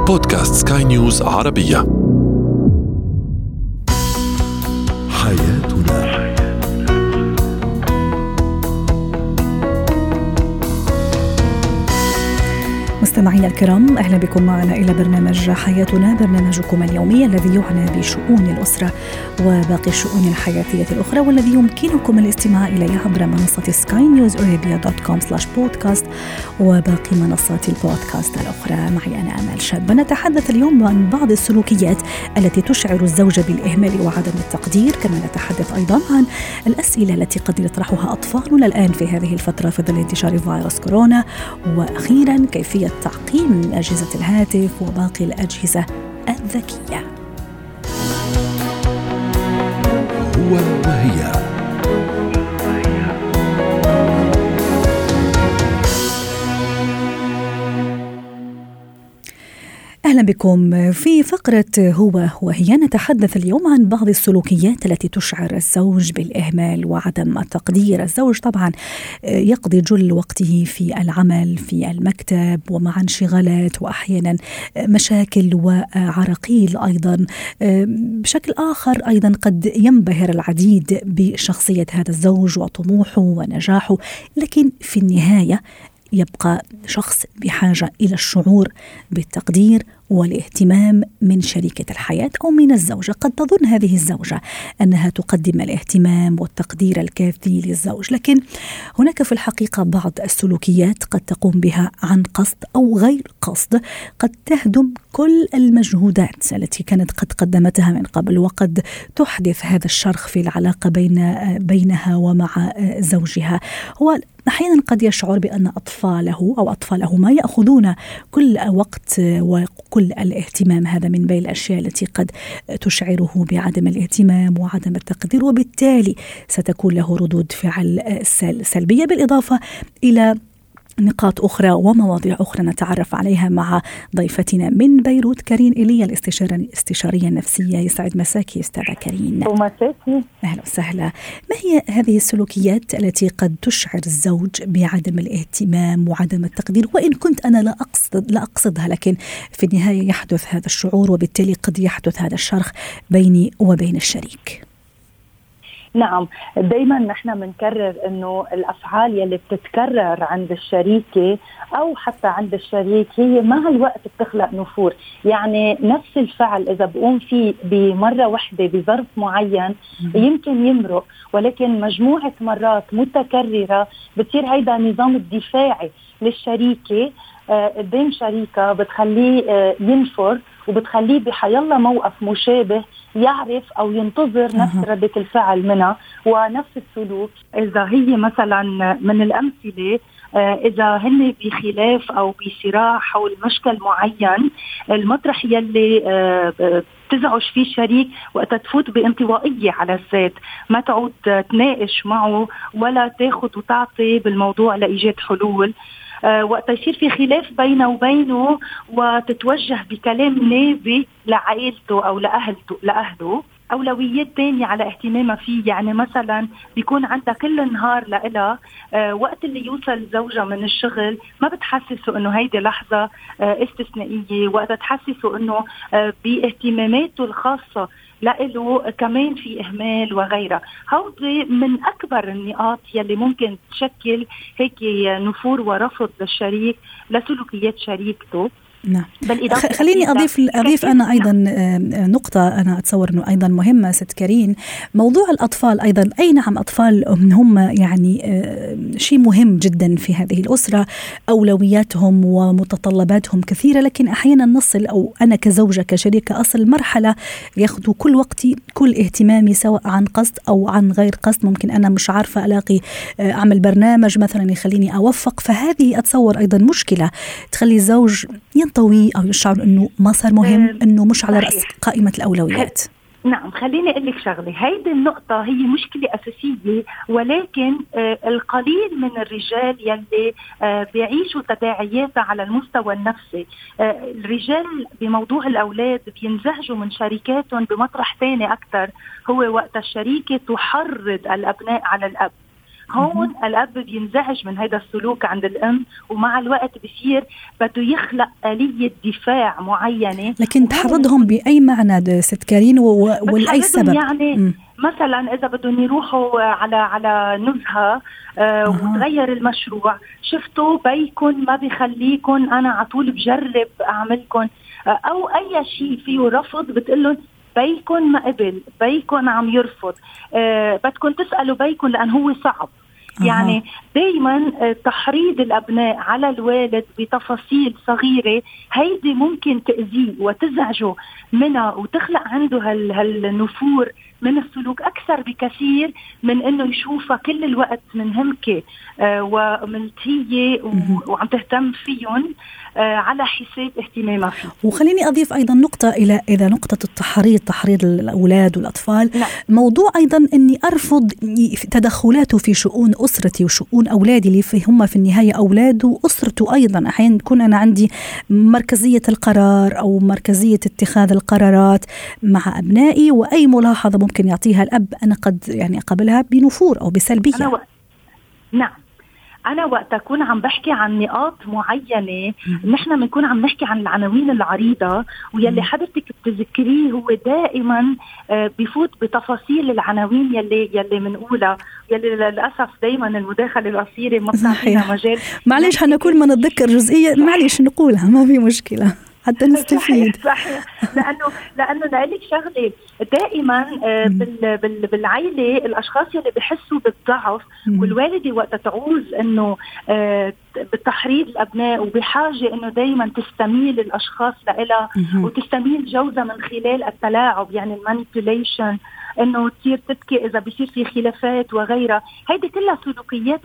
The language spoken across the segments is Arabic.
بودكاست سكاي نيوز عربية. حياتنا. مستمعينا الكرام، أهلا بكم معنا إلى برنامج حياتنا، برنامجكم اليومي الذي يعنى بشؤون الأسرة وباقي الشؤون الحياتية الأخرى، والذي يمكنكم الاستماع إليه عبر منصة skynewsarabia.com/podcast وباقي منصات البودكاست الأخرى. معي أنا أمال شاب. نتحدث اليوم عن بعض السلوكيات التي تشعر الزوج بالإهمال وعدم التقدير، كما نتحدث أيضا عن الأسئلة التي قد يطرحها أطفالنا الآن في هذه الفترة في ظل انتشار فيروس كورونا، وأخيرا كيفية تعقيم أجهزة الهاتف وباقي الأجهزة الذكية. هو وهي. أهلا بكم في فقرة هو وهي. نتحدث اليوم عن بعض السلوكيات التي تشعر الزوج بالإهمال وعدم التقدير. الزوج طبعا يقضي جل وقته في العمل في المكتب ومع انشغالات وأحيانا مشاكل وعراقيل أيضا. بشكل آخر أيضا قد ينبهر العديد بشخصية هذا الزوج وطموحه ونجاحه، لكن في النهاية يبقى شخص بحاجة إلى الشعور بالتقدير والاهتمام من شريكة الحياة أو من الزوجة. قد تظن هذه الزوجة أنها تقدم الاهتمام والتقدير الكافي للزوج، لكن هناك في الحقيقة بعض السلوكيات قد تقوم بها عن قصد أو غير قصد، قد تهدم كل المجهودات التي كانت قد قدمتها من قبل، وقد تحدث هذا الشرخ في العلاقة بينها ومع زوجها. هو أحيانا قد يشعر بأن أطفالهما يأخذون كل وقت وكل الاهتمام. هذا من بين الأشياء التي قد تشعره بعدم الاهتمام وعدم التقدير، وبالتالي ستكون له ردود فعل سلبية، بالإضافة إلى نقاط أخرى ومواضيع أخرى نتعرف عليها مع ضيفتنا من بيروت، كارين إيليا، الاستشارية النفسية. يسعد مساكي أستاذة كارين. ومساكي. أهلا وسهلا. ما هي هذه السلوكيات التي قد تشعر الزوج بعدم الاهتمام وعدم التقدير، وإن كنت أنا لا أقصدها، لكن في النهاية يحدث هذا الشعور، وبالتالي قد يحدث هذا الشرخ بيني وبين الشريك؟ نعم، دايما نحن بنكرر انه الافعال يلي بتتكرر عند الشريكة او حتى عند الشريك هي مع الوقت بتخلق نفور. يعني نفس الفعل اذا بقوم فيه بمرة واحدة بظرف معين يمكن يمرق، ولكن مجموعة مرات متكررة بتصير هيدا نظام الدفاعي للشريكة قدام شريكة، بتخليه ينفر وبتخليه بحيالله موقف مشابه يعرف أو ينتظر نفس ردة الفعل منها ونفس السلوك. إذا هي مثلا من الأمثلة، إذا هن بخلاف أو بصراع حول مشكل معين، المطرح يلي تزعج فيه الشريك وقت تفوت بانطوائية على الذات، ما تعود تناقش معه ولا تاخد وتعطي بالموضوع لإيجاد حلول. وقت يصير في خلاف بينه وبينه وتتوجه بكلام نابي لعائلته أو لأهله أولويات تانية على اهتمامها فيه. يعني مثلا بيكون عندها كل نهار لإلها، وقت اللي يوصل زوجها من الشغل ما بتحسسه انه هيدي لحظة استثنائية، وقت تحسسه انه باهتماماته الخاصة لإله كمان في إهمال وغيرها. هودي من أكبر النقاط يلي ممكن تشكل هيك نفور ورفض للشريك لسلوكيات شريكته. نعم. خليني أضيف أنا أيضا نقطة أنا أتصور أنه أيضا مهمة ست كارين، موضوع الأطفال أيضا. أي نعم، أطفال هم يعني شيء مهم جدا في هذه الأسرة، أولوياتهم ومتطلباتهم كثيرة، لكن أحيانا نصل، أو أنا كزوجة كشريكة أصل مرحلة ياخذوا كل وقتي كل اهتمامي سواء عن قصد أو عن غير قصد. ممكن أنا مش عارفة ألاقي أعمل برنامج مثلا يخليني أوفق، فهذه أتصور أيضا مشكلة تخلي الزوج ينطوي أو يشعر أنه ما صار مهم، أنه مش على رأس قائمة الأولويات. نعم، خليني أقول لك شغلة. هيدي النقطة هي مشكلة أساسية، ولكن القليل من الرجال يلي بيعيشوا تداعياتها على المستوى النفسي. الرجال بموضوع الأولاد بينزعجوا من شركاتهم بمطرح ثاني أكثر، هو وقت الشريكة تحرض الأبناء على الأب. هون الأب بينزعج من هذا السلوك عند الأم، ومع الوقت بصير بده يخلق آلية دفاع معينة. لكن تحرضهم بأي معنى ست كارين ولأي سبب؟ يعني مثلا إذا بدهم يروحوا على نزهة وتغير المشروع، شفتوا بيكن ما بيخليكن، أنا عطول بجرب أعملكن، أو أي شيء فيه رفض بتقلن بيكن ما قبل، بيكن عم يرفض، بدكن تسألوا بيكن لأن هو صعب. يعني دايما تحريض الأبناء على الوالد بتفاصيل صغيرة هيدي ممكن تأذيه وتزعجه منها وتخلق عنده هالنفور من السلوك أكثر بكثير من أنه يشوفها كل الوقت من همكة وملتية وعم تهتم فيهم على حساب اهتمامها فيه. وخليني أضيف أيضا نقطة إذا نقطة تحريض الأولاد والأطفال. نعم. موضوع أيضا أني أرفض تدخلاته في شؤون أسرتي وشؤون أولادي اللي هم في النهاية أولاد وأسرته أيضا. أحيانا يكون أنا عندي مركزية القرار أو مركزية اتخاذ القرارات مع أبنائي، وأي ملاحظة ممكن يعطيها الأب أنا قد يعني أقبلها بنفور أو بسلبية. نعم، أنا وقت أكون عم بحكي عن نقاط معينة، نحن بنكون عم نحكي عن العناوين العريضة، ويلي حضرتك بتذكريه هو دائما بفوت بتفاصيل العناوين يلي منقولها، يلي للأسف دائما المداخلة القصيرة ما بتعطينا مجال. معليش كل ما نتذكر جزئية معليش نقولها، ما في مشكلة حتى نستفيد. صحيح. لأنه نقلك شغلة دائما بالعائلة الأشخاص اللي بيحسوا بالضعف والوالدة وقت تعوز إنه بالتحريض الأبناء وبحاجة إنه دائما تستميل الأشخاص لإلها وتستميل جوزها من خلال التلاعب، يعني المانيبيوليشن، إنه تصير تبكي إذا بيصير في خلافات وغيرها. هيدي كلها سلوكيات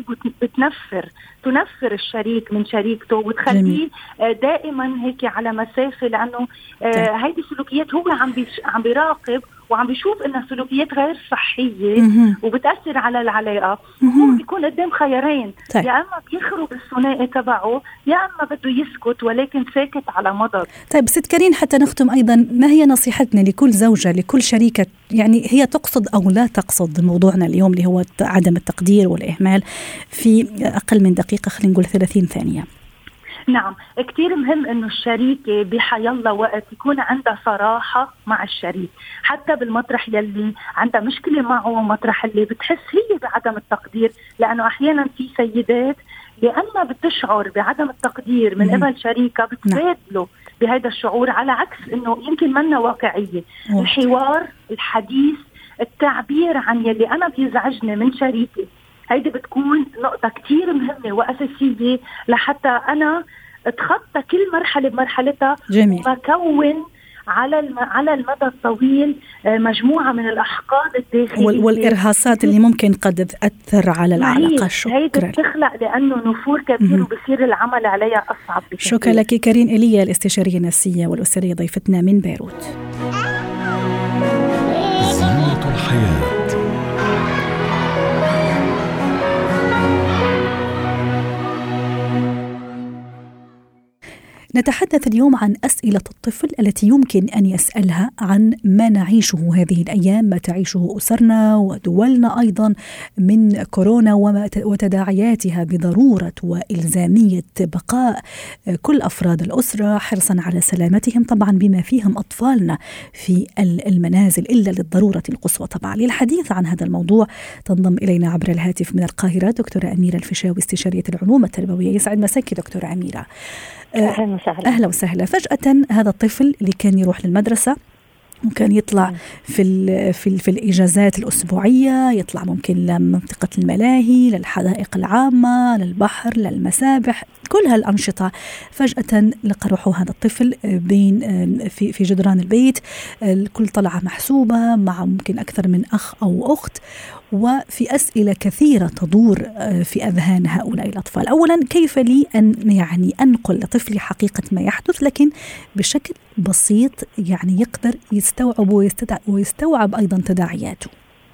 تنفر الشريك من شريكته وتخليه دائما هيك على مسافة، لأنه هيدي سلوكيات هو عم بيراقب وعم بيشوف إنها سلوكيات غير صحية وبتأثر على العلاقة. وهو بيكون قدام خيارين، يا أما بيخرج الثنائي تبعه يا أما بده يسكت ولكن ساكت على مضض. طيب ست كارين، حتى نختم أيضا، ما هي نصيحتنا لكل زوجة لكل شريكة، يعني هي تقصد أو لا تقصد موضوعنا اليوم اللي هو عدم التقدير والإهمال، في أقل من دقيقة، خلينا نقول 30 ثانية. نعم، كتير مهم إنه الشريكة بحيالله وقت يكون عندها صراحة مع الشريك، حتى بالمطرح يلي عندها مشكلة معه، مطرح اللي بتحس هي بعدم التقدير، لأنه أحيانا في سيدات لأنها بتشعر بعدم التقدير من قبل شريكة بتبادله بهذا الشعور، على عكس إنه يمكن منا واقعية. الحوار، الحديث، التعبير عن يلي أنا بيزعجني من شريكي، هيدي بتكون نقطة كتير مهمة وأساسية لحتى أنا اتخطى كل مرحلة بمرحلتها وكون على المدى الطويل مجموعة من الأحقاد الداخلية والإرهاصات اللي ممكن قد تأثر على العلاقة. هيدي بتخلق لأنه نفور كبير وبصير العمل عليها أصعب بكثير. شكرا لك كارين إيليا، الاستشارية النفسية والأسرية، ضيفتنا من بيروت. زينة الحياة. نتحدث اليوم عن أسئلة الطفل التي يمكن أن يسألها عن ما نعيشه هذه الأيام، ما تعيشه أسرنا ودولنا أيضا من كورونا وتداعياتها بضرورة وإلزامية بقاء كل أفراد الأسرة حرصا على سلامتهم، طبعا بما فيهم أطفالنا في المنازل إلا للضرورة القصوى. طبعا للحديث عن هذا الموضوع تنضم إلينا عبر الهاتف من القاهرة دكتورة أميرة الفيشاوي، استشارية العلوم التربوية. يسعد مساكي دكتورة أميرة. أهلا وسهلا. فجأة هذا الطفل اللي كان يروح للمدرسة ممكن يطلع في الإجازات الأسبوعية، يطلع ممكن لمنطقة الملاهي، للحدائق العامة، للبحر، للمسابح، كل هالأنشطة فجأة لقى روحه هذا الطفل بين في جدران البيت، الكل طلعة محسوبة مع ممكن أكثر من أخ أو أخت، وفي أسئلة كثيرة تدور في أذهان هؤلاء الأطفال. أولا، كيف لي أن يعني أنقل لطفلي حقيقة ما يحدث لكن بشكل بسيط يعني يقدر يستوعب ويستوعب أيضا تداعياته؟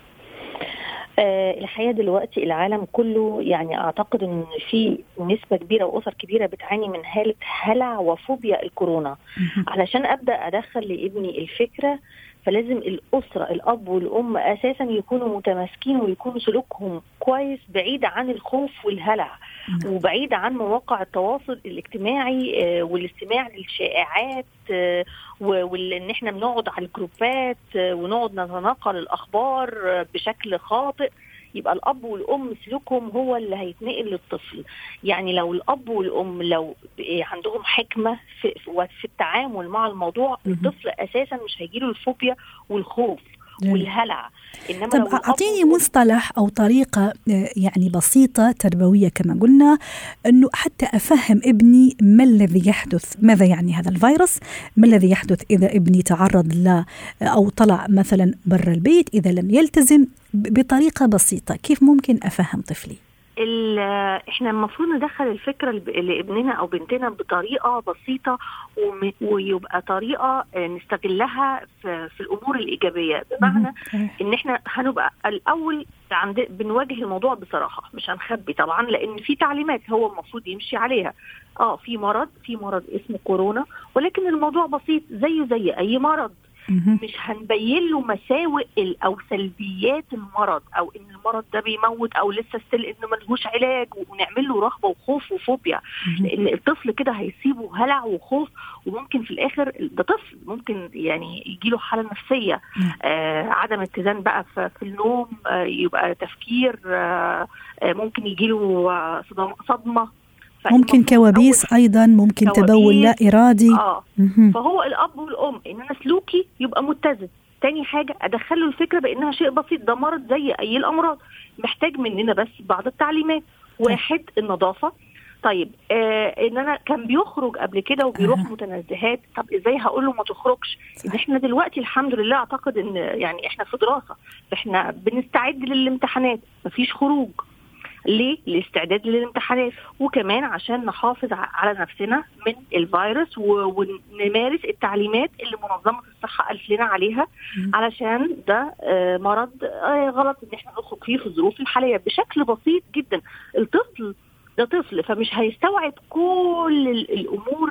الحقيقة دلوقتي العالم كله يعني أعتقد أن في نسبة كبيرة وأسر كبيرة بتعاني من هالة هلع وفوبيا الكورونا. علشان أبدأ أدخل لابني الفكرة، فلازم الأسرة الأب والأم أساسا يكونوا متماسكين ويكونوا سلوكهم كويس بعيد عن الخوف والهلع وبعيد عن مواقع التواصل الاجتماعي والاستماع للشائعات وإن احنا بنقعد على الجروبات ونقعد نتناقل الأخبار بشكل خاطئ. يبقى الأب والأم سلوكهم هو اللي هيتنقل للطفل. يعني لو الأب والأم لو عندهم حكمة في التعامل مع الموضوع، الطفل أساسا مش هيجيله الفوبيا والخوف والهلع. إنما طب أعطيني مصطلح أو طريقة يعني بسيطة تربوية كما قلنا، أنه حتى أفهم ابني ما الذي يحدث، ماذا يعني هذا الفيروس، ما الذي يحدث إذا ابني تعرض له أو طلع مثلا برا البيت، إذا لم يلتزم، بطريقة بسيطة كيف ممكن أفهم طفلي؟ احنا المفروض ندخل الفكرة لابننا او بنتنا بطريقة بسيطة ويبقى طريقة نستغلها في الامور الايجابية. بمعنى ان احنا هنبقى الاول بنواجه الموضوع بصراحة، مش هنخبي طبعا، لان في تعليمات هو المفروض يمشي عليها. في مرض اسمه كورونا، ولكن الموضوع بسيط زي اي مرض. مش هنبين له مساوئ او سلبيات المرض او ان المرض ده بيموت او لسه انه ملهوش علاج ونعمل له رهبه وخوف وفوبيا، لان الطفل كده هيسيبه هلع وخوف، وممكن في الاخر ده طفل ممكن يعني يجيله حاله نفسيه، عدم اتزان بقى في النوم، يبقى تفكير، ممكن يجيله صدمه، ممكن كوابيس أيضا، ممكن تبول لا إرادي. فهو الأب والأم إن أنا سلوكي يبقى متزن. تاني حاجة أدخله الفكرة بأنها شيء بسيط، ده مرض زي أي الأمراض، محتاج مننا بس بعض التعليمات. واحد، النظافة. طيب إن أنا كان بيخرج قبل كده وبيروح متنزهات، طب إزاي هقوله ما تخرجش؟ إذا إحنا دلوقتي الحمد لله أعتقد إن يعني إحنا في دراسة، إحنا بنستعد للامتحانات، مفيش خروج. ليه؟ الاستعداد للامتحانات، وكمان عشان نحافظ على نفسنا من الفيروس ونمارس التعليمات اللي منظمة الصحة قالت لنا عليها، علشان ده مرض غلط ان احنا نخرج فيه في الظروف الحالية بشكل بسيط جدا. الطفل ده طفل، فمش هيستوعب كل الامور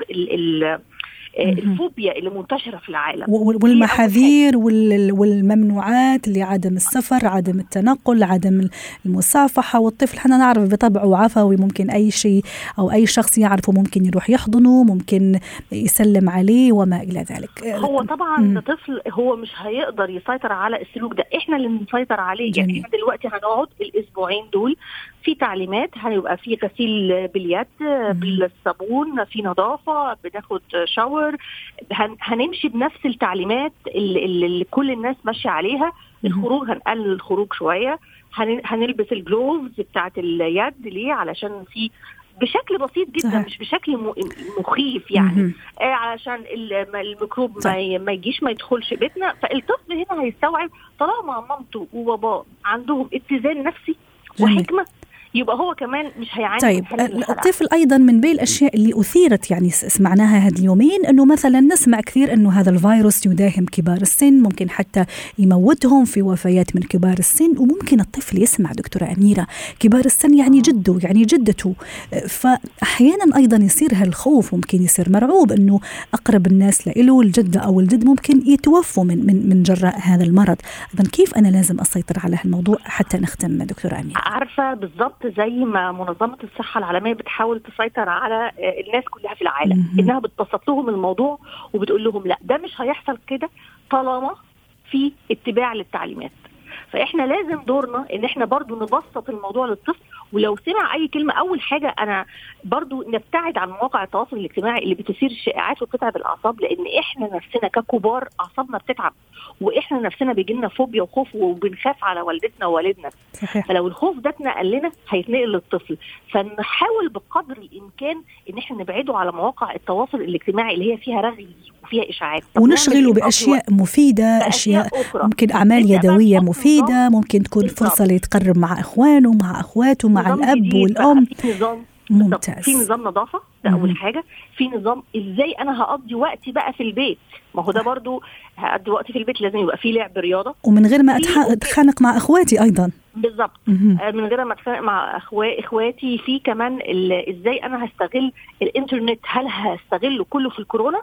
الفوبيا اللي منتشرة في العالم والمحاذير والممنوعات لعدم السفر، عدم التنقل، عدم المصافحة. والطفل حنا نعرف بطبعه عفوي، ممكن أي شيء أو أي شخص يعرفه ممكن يروح يحضنه، ممكن يسلم عليه وما إلى ذلك. هو طبعا طفل هو مش هيقدر يسيطر على السلوك ده، إحنا اللي نسيطر عليه. يعني إحنا دلوقتي هنقعد الأسبوعين دول في تعليمات، هيبقى في غسيل باليد بالصابون، في نظافة، بناخد شاور، هنمشي بنفس التعليمات اللي كل الناس ماشية عليها. الخروج هنقلل الخروج شوية، هنلبس الجلوفز بتاعت اليد. ليه؟ علشان في بشكل بسيط جدا، مش بشكل مخيف يعني، علشان الميكروب ما يجيش ما يدخلش بيتنا. فالطفل هنا هيستوعب طالما مامته وباباه عندهم اتزان نفسي وحكمة، يبقى هو كمان مش هيعاني. طيب الطفل أيضا من بين الأشياء اللي أثيرت يعني سمعناها هذه اليومين، أنه مثلا نسمع كثير أنه هذا الفيروس يداهم كبار السن، ممكن حتى يموتهم، في وفيات من كبار السن. وممكن الطفل يسمع دكتورة أميرة كبار السن يعني جده يعني جدته، فأحيانا أيضا يصير هالخوف، ممكن يصير مرعوب أنه أقرب الناس له الجدة أو الجد ممكن يتوفوا من جراء هذا المرض. إذن كيف أنا لازم أسيطر على هالموضوع حتى نختم دكتورة أميرة؟ عارفة بالضبط زي ما منظمة الصحة العالمية بتحاول تسيطر على الناس كلها في العالم، إنها بتبسط لهم الموضوع وبتقول لهم لا، ده مش هيحصل كده طالما في اتباع للتعليمات. فإحنا لازم دورنا إن إحنا برضو نبسط الموضوع للطفل. ولو سمع أي كلمة، أول حاجة أنا برضو نبتعد عن مواقع التواصل الاجتماعي اللي بتثير الشائعات وبتتعب الأعصاب، لأن إحنا نفسنا ككبار أعصابنا بتتعب، وإحنا نفسنا بيجيلنا فوبيا وخوف وبنخاف على والدتنا ووالدنا. فلو الخوف ده اتنقل لنا هيتنقل للطفل. فنحاول بقدر الإمكان إن إحنا نبعده على مواقع التواصل الاجتماعي اللي هي فيها رغي وفيها إشاعات، ونشغله بأشياء مفيدة، أشياء ممكن أعمال يدوية مفيدة، ممكن تكون فرصة ليتقرب مع إخوانه مع أخواته مع الأب والأم. ممتاز. في نظام نظافة، ده أول حاجة. في نظام إزاي أنا هقضي وقتي بقى في البيت، ما هو ده برضو هقضي وقتي في البيت لازم يبقى فيه لعب، رياضة، ومن غير ما أتخانق مع أخواتي أيضا. بالضبط، من غير ما أتخانق مع إخواتي. في كمان إزاي أنا هستغل الإنترنت، هل هستغله كله في الكورونا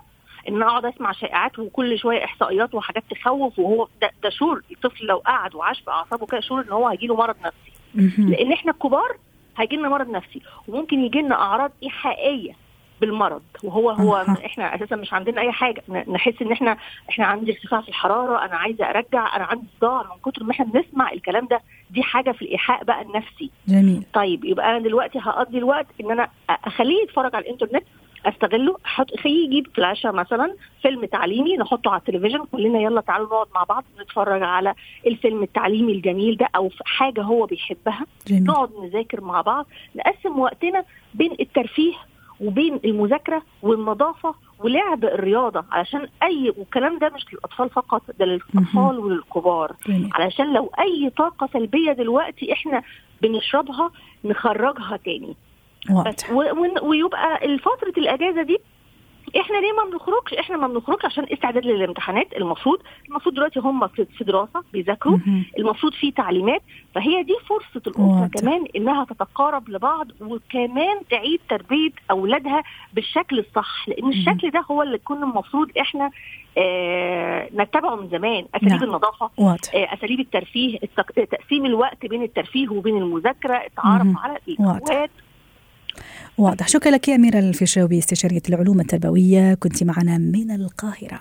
ان اقعد اسمع شائعات وكل شويه احصائيات وحاجات تخوف، وهو ده شعور الطفل لو قعد وعاش في اعصابه كده شعور ان هو هيجيله مرض نفسي. لان احنا الكبار هيجي لنا مرض نفسي، وممكن يجي لنا اعراض ايحائيه بالمرض، وهو احنا اساسا مش عندنا اي حاجه، نحس ان احنا عندي ارتفاع في الحراره، انا عايزه ارجع، انا عندي صداع، من كتر ما احنا بنسمع الكلام ده. دي حاجه في الايحاء بقى النفسي. جميل. طيب يبقى انا دلوقتي هقضي الوقت ان انا اخليه يتفرج على الانترنت، استغله، خليه يجيب فلاشه مثلا فيلم تعليمي نحطه على التلفزيون، كلنا يلا تعالوا نقعد مع بعض نتفرج على الفيلم التعليمي الجميل ده، او حاجه هو بيحبها. جميل. نقعد نذاكر مع بعض، نقسم وقتنا بين الترفيه وبين المذاكرة والنظافة ولعب الرياضة، علشان والكلام ده مش للأطفال فقط، ده للأطفال وللكبار، علشان لو أي طاقة سلبية دلوقتي إحنا بنشربها نخرجها تاني. بس ويبقى الفترة الأجازة دي احنا ليه ما بنخرجش؟ احنا ما بنخرجش عشان استعداد للامتحانات. المفروض دلوقتي هم في دراسة بيذاكروا، المفروض في تعليمات، فهي دي فرصة الأسرة كمان انها تتقارب لبعض، وكمان تعيد تربية اولادها بالشكل الصح، لان الشكل ده هو اللي كنا المفروض احنا نتبعه من زمان. اساليب النظافة، اساليب الترفيه، تقسيم الوقت بين الترفيه وبين المذاكرة، التعارف على الأخوات. واضح. شكرا لك يا أميرة الفيشاوي، استشارية العلوم التربوية، كنت معنا من القاهرة.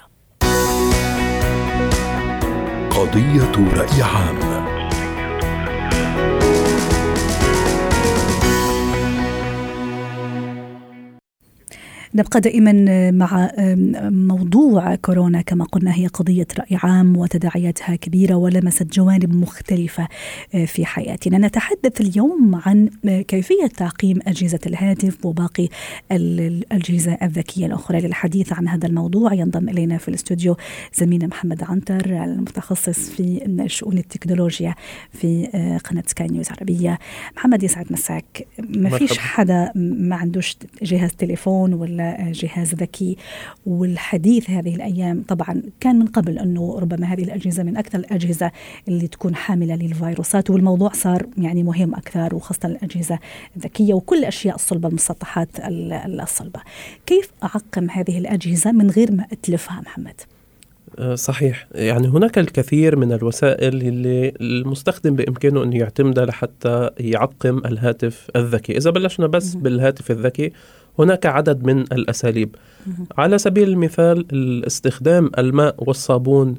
قضية رأي عام. نبقى دائما مع موضوع كورونا، كما قلنا هي قضية رأي عام وتداعياتها كبيرة ولمست جوانب مختلفة في حياتنا. نتحدث اليوم عن كيفية تعقيم أجهزة الهاتف وباقي الأجهزة الذكية الأخرى. للحديث عن هذا الموضوع ينضم إلينا في الاستوديو زميلنا محمد عنتر، المتخصص في شؤون التكنولوجيا في قناة سكاي نيوز عربية. محمد، يسعد مساك. ما فيش حدا ما عندوش جهاز تليفون ولا جهاز ذكي، والحديث هذه الأيام طبعا كان من قبل أنه ربما هذه الأجهزة من أكثر الأجهزة اللي تكون حاملة للفيروسات، والموضوع صار يعني مهم أكثر، وخاصة الأجهزة الذكية وكل الأشياء الصلبة، المسطحات الصلبة. كيف أعقم هذه الأجهزة من غير ما أتلفها محمد؟ صحيح، يعني هناك الكثير من الوسائل اللي المستخدم بإمكانه أن يعتمدها لحتى يعقم الهاتف الذكي. إذا بلشنا بس بالهاتف الذكي، هناك عدد من الأساليب. على سبيل المثال استخدام الماء والصابون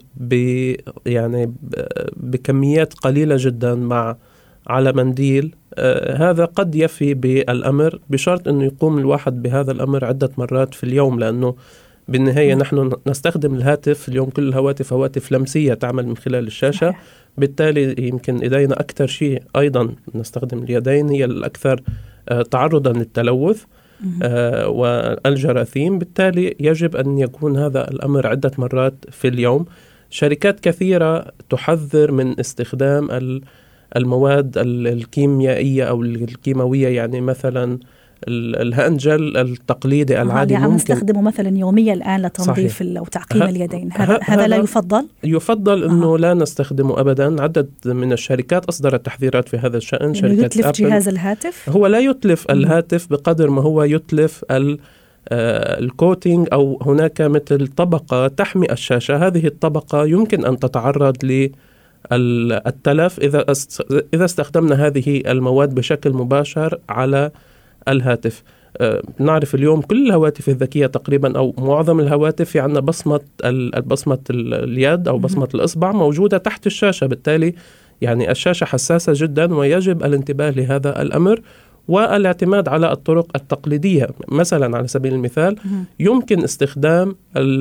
بكميات قليلة جدا على منديل، هذا قد يفي بالأمر، بشرط أنه يقوم الواحد بهذا الأمر عدة مرات في اليوم، لأنه بالنهاية نحن نستخدم الهاتف اليوم، كل الهواتف هواتف لمسية تعمل من خلال الشاشة، بالتالي يمكن إيدينا أكثر شيء، أيضا نستخدم اليدين، هي الأكثر تعرضا للتلوث والجراثيم، بالتالي يجب أن يكون هذا الأمر عدة مرات في اليوم. شركات كثيرة تحذر من استخدام المواد الكيميائية أو الكيماوية، يعني مثلا الهانجل التقليدي العادي ممكن نستخدمه مثلا يوميا الآن لتنظيف أو تعقيم اليدين. هذا لا يفضل أنه لا نستخدمه أبدا. عدد من الشركات أصدرت تحذيرات في هذا الشأن. شركة يتلف جهاز الهاتف، هو لا يتلف الهاتف بقدر ما هو يتلف الكوتينج، أو هناك مثل طبقة تحمي الشاشة، هذه الطبقة يمكن أن تتعرض للتلف إذا استخدمنا هذه المواد بشكل مباشر على الهاتف. نعرف اليوم كل الهواتف الذكية تقريبا، أو معظم الهواتف عندنا بصمة اليد أو بصمة الإصبع موجودة تحت الشاشة، بالتالي يعني الشاشة حساسة جدا، ويجب الانتباه لهذا الأمر والاعتماد على الطرق التقليدية. مثلا على سبيل المثال يمكن استخدام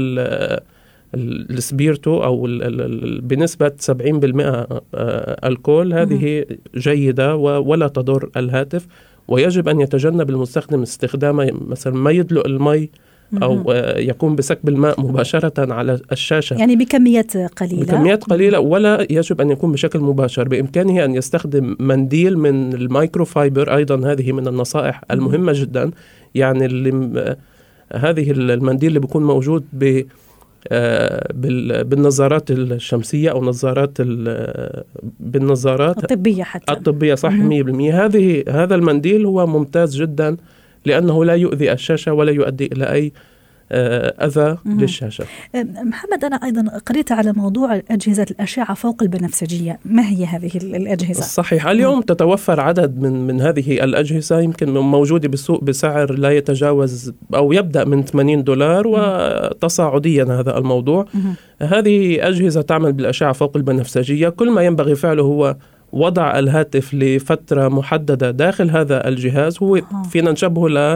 السبيرتو أو بنسبة 70% الكول، هذه جيدة ولا تضر الهاتف، ويجب أن يتجنب المستخدم استخدامه مثلا ما يدلق المي أو يكون بسكب الماء مباشرة على الشاشة، يعني بكميات قليلة، ولا يجب أن يكون بشكل مباشر. بإمكانه أن يستخدم منديل من الميكروفايبر، أيضا هذه من النصائح المهمة جدا. يعني هذه المنديل اللي بيكون موجود بالنظارات الشمسية أو بالنظارات الطبية حتى الطبية، صح 100%. هذا المنديل هو ممتاز جدا، لأنه لا يؤذي الشاشة ولا يؤدي إلى أي أذى للشاشة. محمد، أنا أيضا قريت على موضوع أجهزة الأشعة فوق البنفسجية، ما هي هذه الأجهزة؟ صحيح، اليوم تتوفر عدد من هذه الأجهزة يمكن موجودة بالسوق بسعر لا يتجاوز أو يبدأ من $80 وتصاعديا هذا الموضوع. هذه أجهزة تعمل بالأشعة فوق البنفسجية. كل ما ينبغي فعله هو وضع الهاتف لفترة محددة داخل هذا الجهاز. هو فينا نشبهه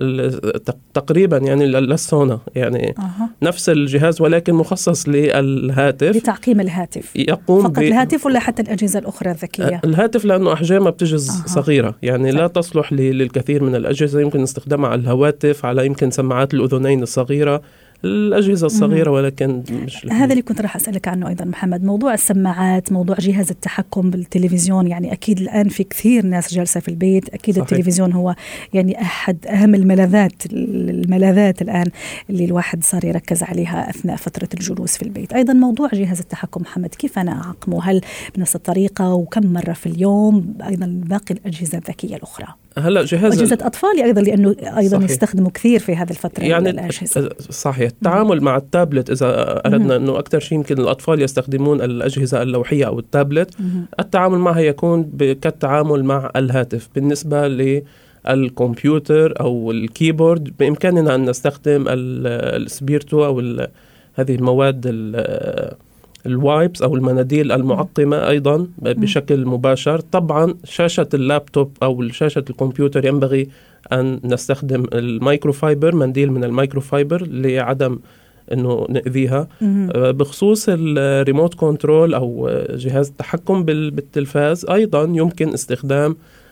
تقريبا يعني للسونا، يعني نفس الجهاز ولكن مخصص للهاتف، لتعقيم الهاتف. يقوم فقط الهاتف ولا حتى الأجهزة الأخرى الذكية؟ الهاتف، لأنه أحجامها بتجز صغيرة، يعني لا تصلح للكثير من الأجهزة. يمكن استخدامها على الهواتف، على يمكن سماعات الأذنين الصغيرة، الأجهزة الصغيرة، ولكن مش هذا اللي كنت راح أسألك عنه أيضا محمد، موضوع السماعات، موضوع جهاز التحكم بالتلفزيون. يعني أكيد الآن في كثير ناس جالسة في البيت، أكيد صحيح. التلفزيون هو يعني أحد أهم الملاذات الآن اللي الواحد صار يركز عليها أثناء فترة الجلوس في البيت. أيضا موضوع جهاز التحكم محمد، كيف أنا أعقمه؟ هل بنفس الطريقة وكم مرة في اليوم؟ أيضا باقي الأجهزة الذكية الأخرى، هلا أجهزة أطفالي أيضا، لأنه أيضا صحيح. يستخدموا كثير في هذه الفترة يعني الأجهزة. صحيح. التعامل مع التابلت، إذا أردنا أنه أكثر شيء يمكن الأطفال يستخدمون الأجهزة اللوحية أو التابلت، التعامل معها يكون كالتعامل مع الهاتف. بالنسبة للكمبيوتر أو الكيبورد بإمكاننا أن نستخدم السبيرتو أو هذه المواد الوايبس أو المناديل المعقمة أيضا بشكل مباشر. طبعا شاشة اللابتوب أو شاشة الكمبيوتر ينبغي أن نستخدم المايكروفايبر، منديل من المايكروفايبر لعدم أنه نأذيها. بخصوص الريموت كنترول أو جهاز التحكم بالتلفاز، أيضا يمكن استخدام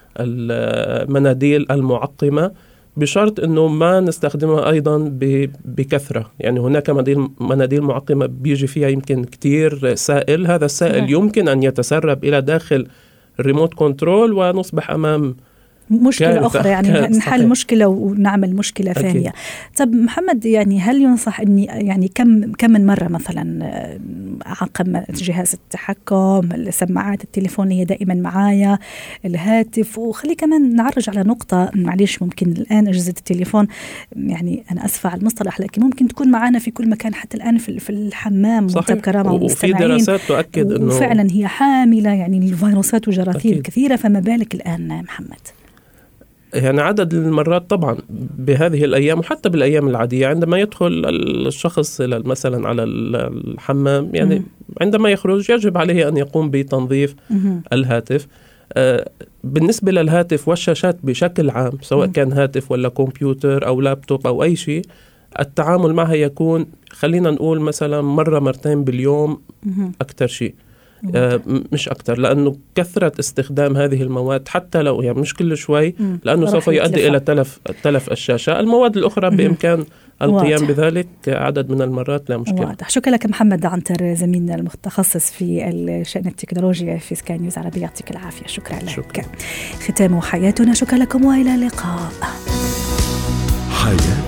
المناديل المعقمة بشرط أنه ما نستخدمها أيضا بكثرة. يعني هناك مناديل معقمة بيجي فيها يمكن كتير سائل، هذا السائل يمكن أن يتسرب إلى داخل الريموت كنترول ونصبح أمام مشكلة أخرى، يعني نحل مشكلة ونعمل مشكلة ثانية. طب محمد، يعني هل ينصح أني يعني كم من مرة مثلا أعقم جهاز التحكم، السماعات التليفون هي دائما معايا، الهاتف؟ وخلي كمان نعرج على نقطة، معليش ممكن الآن أجهزة التليفون، يعني أنا أسفة على المصطلح، لكن ممكن تكون معانا في كل مكان، حتى الآن في الحمام. صحيح. كرامة وفي دراسات تؤكد أنه فعلا هي حاملة يعني الفيروسات وجراثيم كثيرة، فما بالك الآن محمد؟ يعني عدد المرات طبعا بهذه الأيام وحتى بالأيام العادية عندما يدخل الشخص مثلا على الحمام، يعني عندما يخرج يجب عليه أن يقوم بتنظيف الهاتف. بالنسبة للهاتف والشاشات بشكل عام، سواء كان هاتف ولا كمبيوتر أو لابتوب أو أي شيء، التعامل معها يكون خلينا نقول مثلا مرة مرتين باليوم أكثر شيء، مش أكتر، لأنه كثرة استخدام هذه المواد حتى لو يعني مش كل شوي، لأنه سوف يؤدي إلى تلف الشاشة. المواد الأخرى بإمكان القيام بذلك عدد من المرات، لا مشكلة. واضح. شكرا لك محمد عنتر، زميلنا المتخصص في الشأن التكنولوجيا في سكاي نيوز عربية، يعطيك العافية. شكرا لك. ختام حياتنا، شكرا لكم وإلى اللقاء. حياتنا.